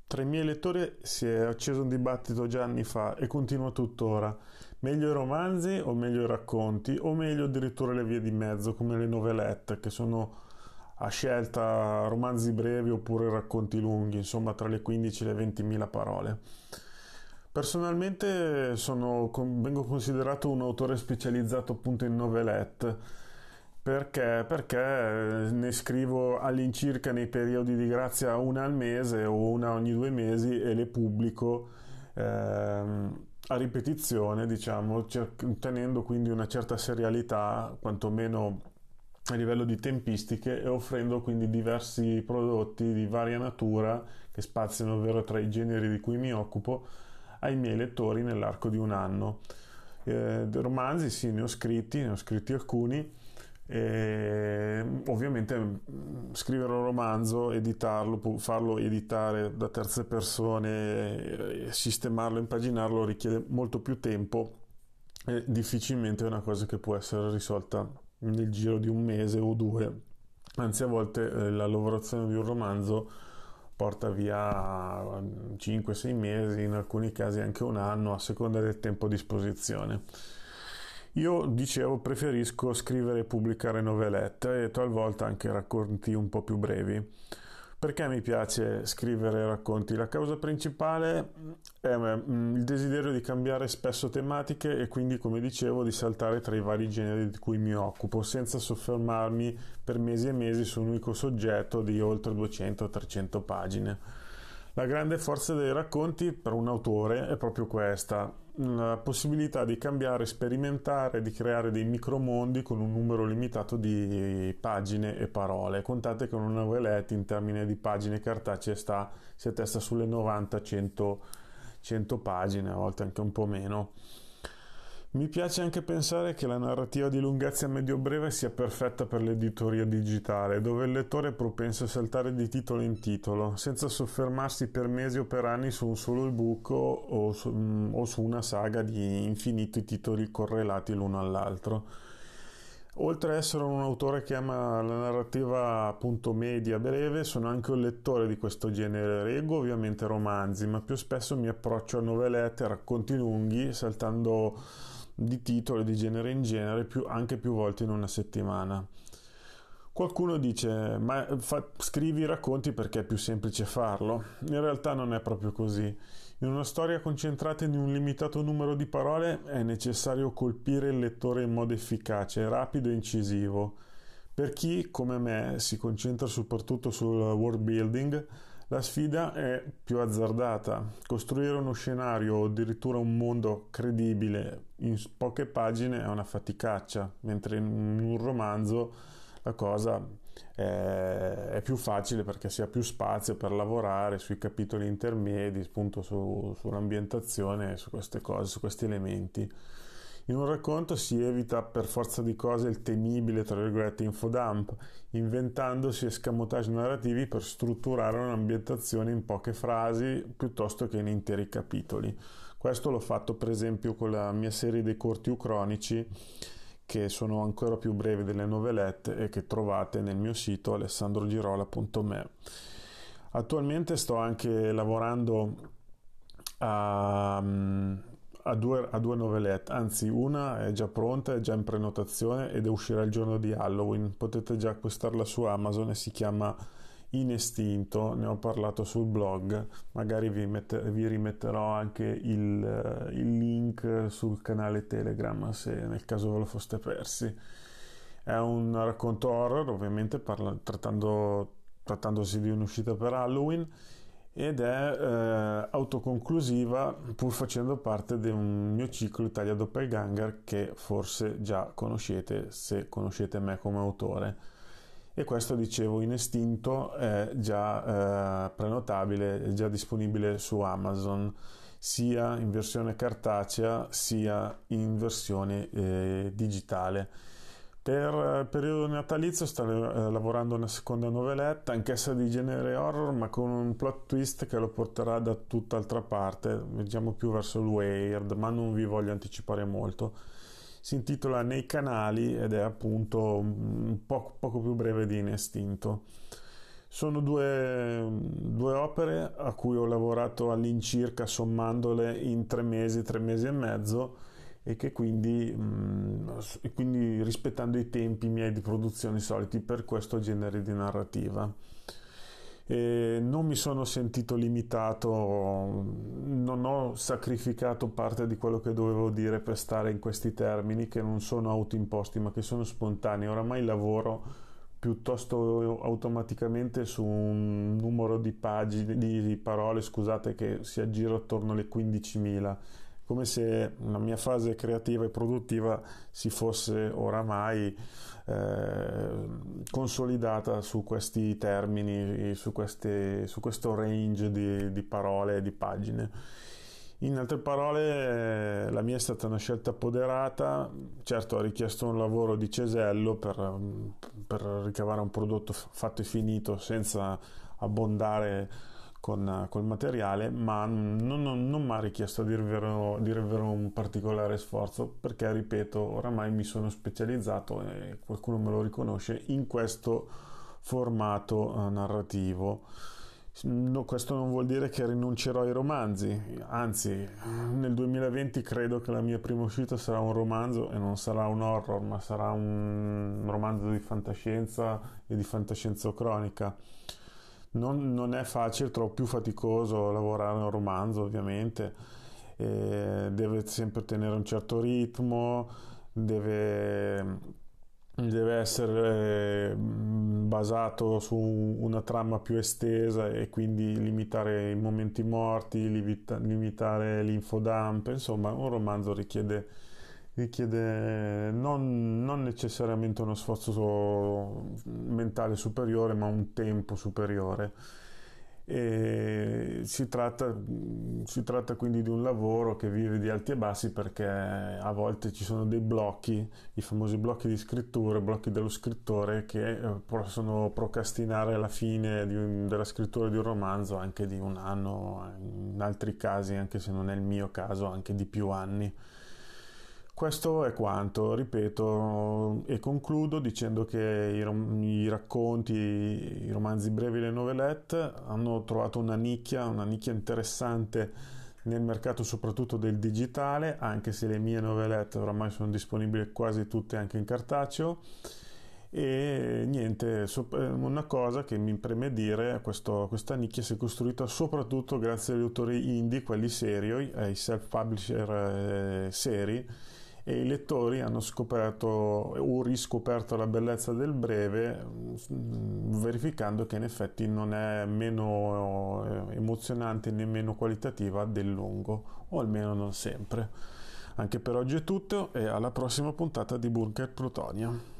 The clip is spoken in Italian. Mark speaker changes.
Speaker 1: Tra i miei lettori si è acceso un dibattito già anni fa e continua tuttora. Meglio i romanzi o meglio i racconti o meglio addirittura le vie di mezzo come le novelette, che sono a scelta romanzi brevi oppure racconti lunghi, insomma tra le 15 e le 20.000 parole. Personalmente vengo considerato un autore specializzato appunto in novelette. Perché? Perché ne scrivo all'incirca nei periodi di grazia una al mese o una ogni 2 mesi e le pubblico a ripetizione, diciamo, tenendo quindi una certa serialità, quantomeno a livello di tempistiche, e offrendo quindi diversi prodotti di varia natura che spaziano ovvero tra i generi di cui mi occupo ai miei lettori nell'arco di un anno. Romanzi sì, ne ho scritti alcuni. E ovviamente scrivere un romanzo, editarlo, farlo editare da terze persone, sistemarlo, impaginarlo richiede molto più tempo e difficilmente è una cosa che può essere risolta nel giro di un mese o due. Anzi, a volte la lavorazione di un romanzo porta via 5-6 mesi, in alcuni casi anche un anno, a seconda del tempo a disposizione. Io dicevo preferisco scrivere e pubblicare novelette e talvolta anche racconti un po' più brevi. Perché mi piace scrivere racconti? La causa principale è il desiderio di cambiare spesso tematiche e quindi, come dicevo, di saltare tra i vari generi di cui mi occupo, senza soffermarmi per mesi e mesi su un unico soggetto di oltre 200-300 pagine. La grande forza dei racconti per un autore è proprio questa, la possibilità di cambiare, sperimentare, di creare dei micromondi con un numero limitato di pagine e parole. Contate che una novelette in termini di pagine cartacee si attesta sulle 90-100 pagine, a volte anche un po' meno. Mi piace anche pensare che la narrativa di lunghezza medio-breve sia perfetta per l'editoria digitale, dove il lettore è propenso a saltare di titolo in titolo, senza soffermarsi per mesi o per anni su un solo ebook o su una saga di infiniti titoli correlati l'uno all'altro. Oltre ad essere un autore che ama la narrativa appunto media breve, sono anche un lettore di questo genere. Leggo ovviamente romanzi, ma più spesso mi approccio a novelette, a racconti lunghi, saltando di titolo di genere in genere, anche più volte in una settimana. Qualcuno dice, ma scrivi i racconti perché è più semplice farlo. In realtà non è proprio così. In una storia concentrata in un limitato numero di parole è necessario colpire il lettore in modo efficace, rapido e incisivo. Per chi, come me, si concentra soprattutto sul world building, la sfida è più azzardata. Costruire uno scenario o addirittura un mondo credibile in poche pagine è una faticaccia, mentre in un romanzo la cosa è più facile perché si ha più spazio per lavorare sui capitoli intermedi, appunto sull'ambientazione, su queste cose, su questi elementi. In un racconto si evita per forza di cose il temibile, tra virgolette, infodump, inventandosi escamotage narrativi per strutturare un'ambientazione in poche frasi piuttosto che in interi capitoli. Questo l'ho fatto per esempio con la mia serie dei corti ucronici, che sono ancora più brevi delle novelette e che trovate nel mio sito alessandrogirola.me. Attualmente sto anche lavorando a due novelette, anzi una è già pronta, è già in prenotazione ed uscirà il giorno di Halloween. Potete già acquistarla su Amazon e si chiama In Estinto, ne ho parlato sul blog, magari vi rimetterò anche il link sul canale Telegram se nel caso ve lo foste persi. È un racconto horror, ovviamente trattandosi di un'uscita per Halloween, ed è autoconclusiva, pur facendo parte di un mio ciclo Italia Doppelganger che forse già conoscete se conoscete me come autore. E questo, dicevo, In Estinto è già prenotabile, è già disponibile su Amazon, sia in versione cartacea sia in versione digitale. Per il periodo natalizio sto lavorando una seconda noveletta, anch'essa di genere horror, ma con un plot twist che lo porterà da tutt'altra parte, vediamo più verso il weird, ma non vi voglio anticipare molto. Si intitola Nei canali ed è appunto un poco più breve di In Estinto. Sono due opere a cui ho lavorato all'incirca sommandole in 3 mesi, 3 mesi e mezzo, e che quindi rispettando i tempi miei di produzione soliti per questo genere di narrativa. E non mi sono sentito limitato, non ho sacrificato parte di quello che dovevo dire per stare in questi termini che non sono autoimposti ma che sono spontanei. Oramai lavoro piuttosto automaticamente su un numero di pagine, di parole, scusate, che si aggira attorno alle 15.000, come se la mia fase creativa e produttiva si fosse oramai consolidata su questi termini, su questo range di parole e di pagine. In altre parole, la mia è stata una scelta poderata. Certo, ha richiesto un lavoro di cesello per ricavare un prodotto fatto e finito senza abbondare col materiale, ma non mi ha richiesto a dire il vero un particolare sforzo, perché ripeto, oramai mi sono specializzato, e qualcuno me lo riconosce, in questo formato narrativo. No, questo non vuol dire che rinuncerò ai romanzi, anzi, nel 2020 credo che la mia prima uscita sarà un romanzo, e non sarà un horror, ma sarà un romanzo di fantascienza e di fantascienzo-cronica. Non è facile, è troppo più faticoso lavorare a un romanzo, ovviamente. Deve sempre tenere un certo ritmo, deve essere basato su una trama più estesa, e quindi limitare i momenti morti, limitare l'infodump. Insomma, un romanzo richiede non necessariamente uno sforzo mentale superiore, ma un tempo superiore. E si tratta quindi di un lavoro che vive di alti e bassi, perché a volte ci sono dei blocchi, i famosi blocchi di scrittura, blocchi dello scrittore, che possono procrastinare la fine della scrittura di un romanzo anche di un anno, in altri casi, anche se non è il mio caso, anche di più anni. Questo è quanto, ripeto, e concludo dicendo che i racconti, i romanzi brevi, le novelette hanno trovato una nicchia interessante nel mercato, soprattutto del digitale, anche se le mie novelette oramai sono disponibili quasi tutte anche in cartaceo. E niente, una cosa che mi preme dire: questa nicchia si è costruita soprattutto grazie agli autori indie, quelli seri, ai self-publisher seri, e i lettori hanno scoperto o riscoperto la bellezza del breve, verificando che in effetti non è meno emozionante né meno qualitativa del lungo, o almeno non sempre. Anche per oggi è tutto, e alla prossima puntata di Bunker Plutonia.